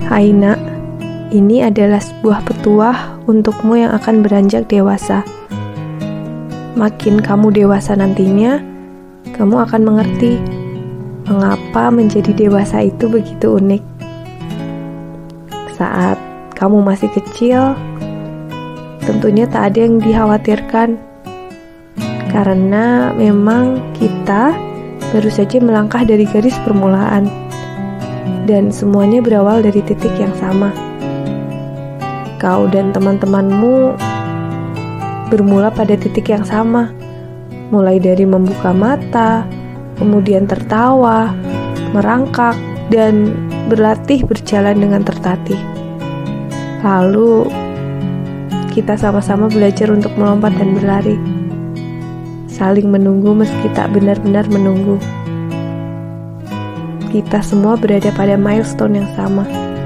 Hai nak, ini adalah sebuah petuah untukmu yang akan beranjak dewasa. Makin kamu dewasa nantinya, kamu akan mengerti mengapa menjadi dewasa itu begitu unik. Saat kamu masih kecil, tentunya tak ada yang dikhawatirkan, karena memang kita baru saja melangkah dari garis permulaan. Dan semuanya berawal dari titik yang sama. Kau dan teman-temanmu bermula pada titik yang sama, mulai dari membuka mata, kemudian tertawa, merangkak, dan berlatih berjalan dengan tertatih. Lalu, kita sama-sama belajar untuk melompat dan berlari, saling menunggu meski tak benar-benar menunggu. Kita semua berada pada milestone yang sama.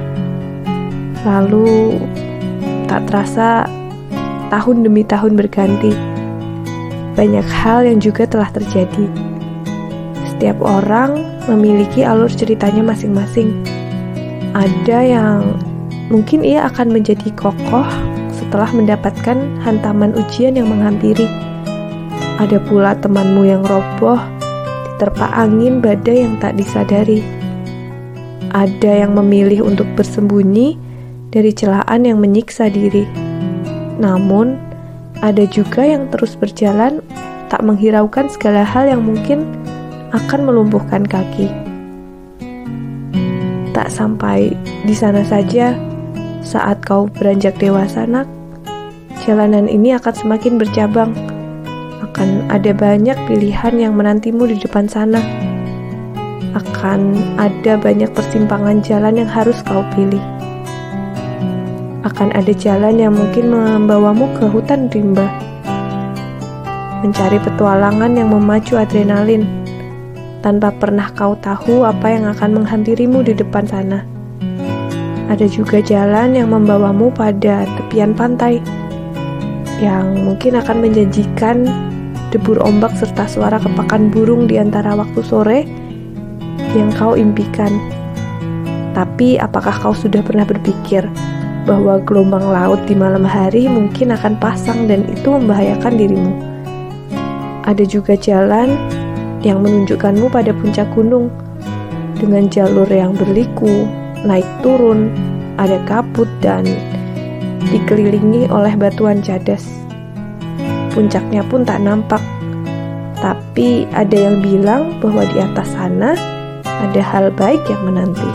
Lalu, tak terasa tahun demi tahun berganti. Banyak hal yang juga telah terjadi. Setiap orang memiliki alur ceritanya masing-masing. Ada yang mungkin ia akan menjadi kokoh setelah mendapatkan hantaman ujian yang menghampiri. Ada pula temanmu yang roboh diterpa angin badai yang tak disadari. Ada yang memilih untuk bersembunyi dari celaan yang menyiksa diri. Namun, ada juga yang terus berjalan tak menghiraukan segala hal yang mungkin akan melumpuhkan kaki. Tak sampai di sana saja, saat kau beranjak dewasa, nak, jalanan ini akan semakin bercabang. Akan ada banyak pilihan yang menantimu di depan sana. Akan ada banyak persimpangan jalan yang harus kau pilih. Akan ada jalan yang mungkin membawamu ke hutan rimba, mencari petualangan yang memacu adrenalin, tanpa pernah kau tahu apa yang akan menghampirimu di depan sana. Ada juga jalan yang membawamu pada tepian pantai, yang mungkin akan menjanjikan debur ombak serta suara kepakan burung di antara waktu sore yang kau impikan. Tapi apakah kau sudah pernah berpikir bahwa gelombang laut di malam hari mungkin akan pasang dan itu membahayakan dirimu? Ada juga jalan yang menunjukkanmu pada puncak gunung dengan jalur yang berliku, naik turun, ada kabut dan dikelilingi oleh batuan cadas. Puncaknya pun tak nampak, tapi ada yang bilang bahwa di atas sana ada hal baik yang menanti.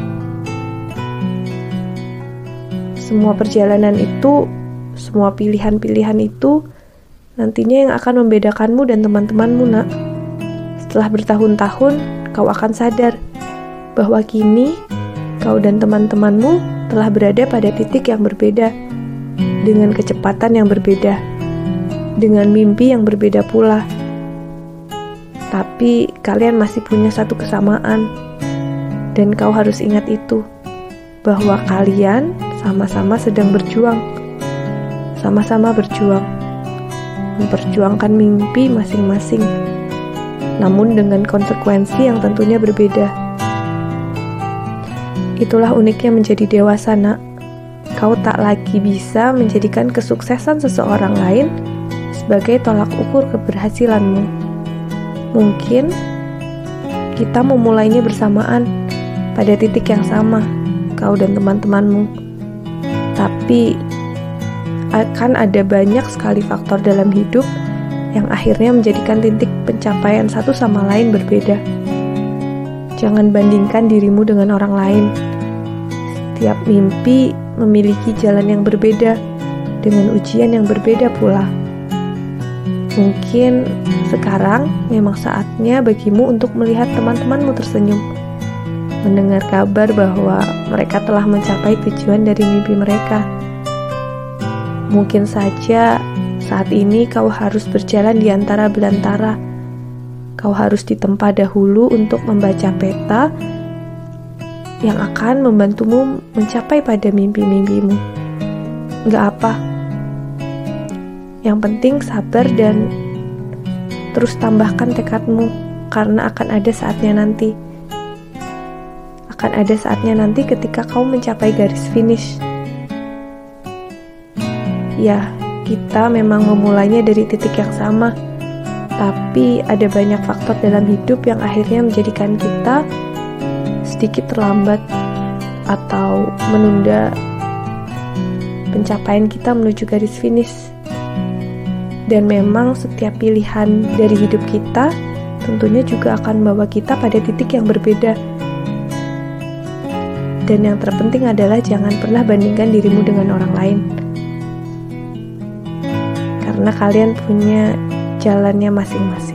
Semua perjalanan itu, semua pilihan-pilihan itu nantinya yang akan membedakanmu dan teman-temanmu, nak. Setelah bertahun-tahun, kau akan sadar bahwa kini kau dan teman-temanmu telah berada pada titik yang berbeda, dengan kecepatan yang berbeda, dengan mimpi yang berbeda pula. Tapi kalian masih punya satu kesamaan, dan kau harus ingat itu, bahwa kalian sama-sama sedang berjuang, sama-sama berjuang, memperjuangkan mimpi masing-masing, namun dengan konsekuensi yang tentunya berbeda. Itulah uniknya menjadi dewasa, nak. Kau tak lagi bisa menjadikan kesuksesan seseorang lain sebagai tolak ukur keberhasilanmu. Mungkin kita memulainya bersamaan pada titik yang sama, kau dan teman-temanmu. Tapi akan ada banyak sekali faktor dalam hidup yang akhirnya menjadikan titik pencapaian satu sama lain berbeda. Jangan bandingkan dirimu dengan orang lain. Setiap mimpi memiliki jalan yang berbeda, dengan ujian yang berbeda pula. Mungkin sekarang memang saatnya bagimu untuk melihat teman-temanmu tersenyum, mendengar kabar bahwa mereka telah mencapai tujuan dari mimpi mereka. Mungkin saja saat ini kau harus berjalan di antara belantara. Kau harus ditempa dahulu untuk membaca peta yang akan membantumu mencapai pada mimpi-mimpimu. Gak apa. Yang penting sabar dan terus tambahkan tekadmu, karena akan ada saatnya nanti. akan ada saatnya nanti ketika kau mencapai garis finish. Ya, kita memang memulainya dari titik yang sama, tapi ada banyak faktor dalam hidup yang akhirnya menjadikan kita sedikit terlambat atau menunda pencapaian kita menuju garis finish. Dan memang setiap pilihan dari hidup kita tentunya juga akan membawa kita pada titik yang berbeda. Dan yang terpenting adalah jangan pernah bandingkan dirimu dengan orang lain. Karena kalian punya jalannya masing-masing.